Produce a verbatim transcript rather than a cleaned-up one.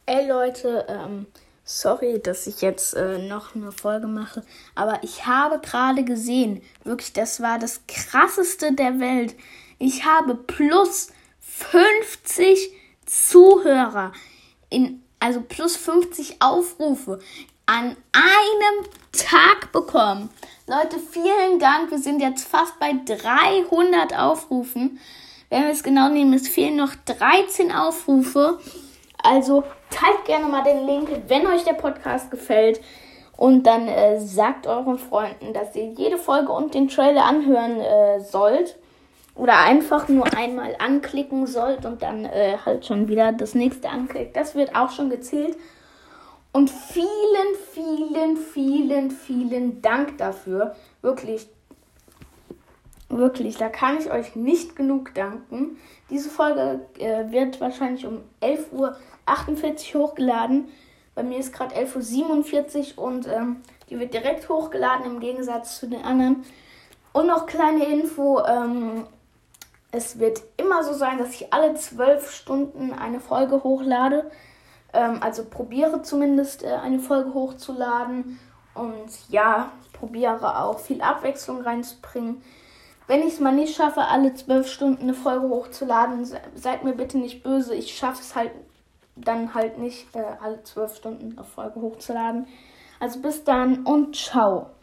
Ey Leute, ähm, sorry, dass ich jetzt äh, noch eine Folge mache, aber ich habe gerade gesehen, wirklich, das war das Krasseste der Welt. Ich habe plus fünfzig Zuhörer, in, also plus fünfzig Aufrufe an einem Tag bekommen. Leute, vielen Dank, wir sind jetzt fast bei dreihundert Aufrufen. Wenn wir es genau nehmen, es fehlen noch dreizehn Aufrufe. Also teilt gerne mal den Link, wenn euch der Podcast gefällt. Und dann äh, sagt euren Freunden, dass ihr jede Folge und den Trailer anhören äh, sollt. Oder einfach nur einmal anklicken sollt und dann äh, halt schon wieder das nächste anklickt. Das wird auch schon gezählt. Und vielen, vielen, vielen, vielen Dank dafür. Wirklich. Wirklich, da kann ich euch nicht genug danken. Diese Folge äh, wird wahrscheinlich um elf Uhr achtundvierzig hochgeladen. Bei mir ist gerade elf Uhr siebenundvierzig und ähm, die wird direkt hochgeladen im Gegensatz zu den anderen. Und noch kleine Info, ähm, es wird immer so sein, dass ich alle zwölf Stunden eine Folge hochlade. Ähm, also probiere zumindest äh, eine Folge hochzuladen und ja, probiere auch viel Abwechslung reinzubringen. Wenn ich es mal nicht schaffe, alle zwölf Stunden eine Folge hochzuladen, seid mir bitte nicht böse. Ich schaffe es halt dann halt nicht, äh, alle zwölf Stunden eine Folge hochzuladen. Also bis dann und ciao.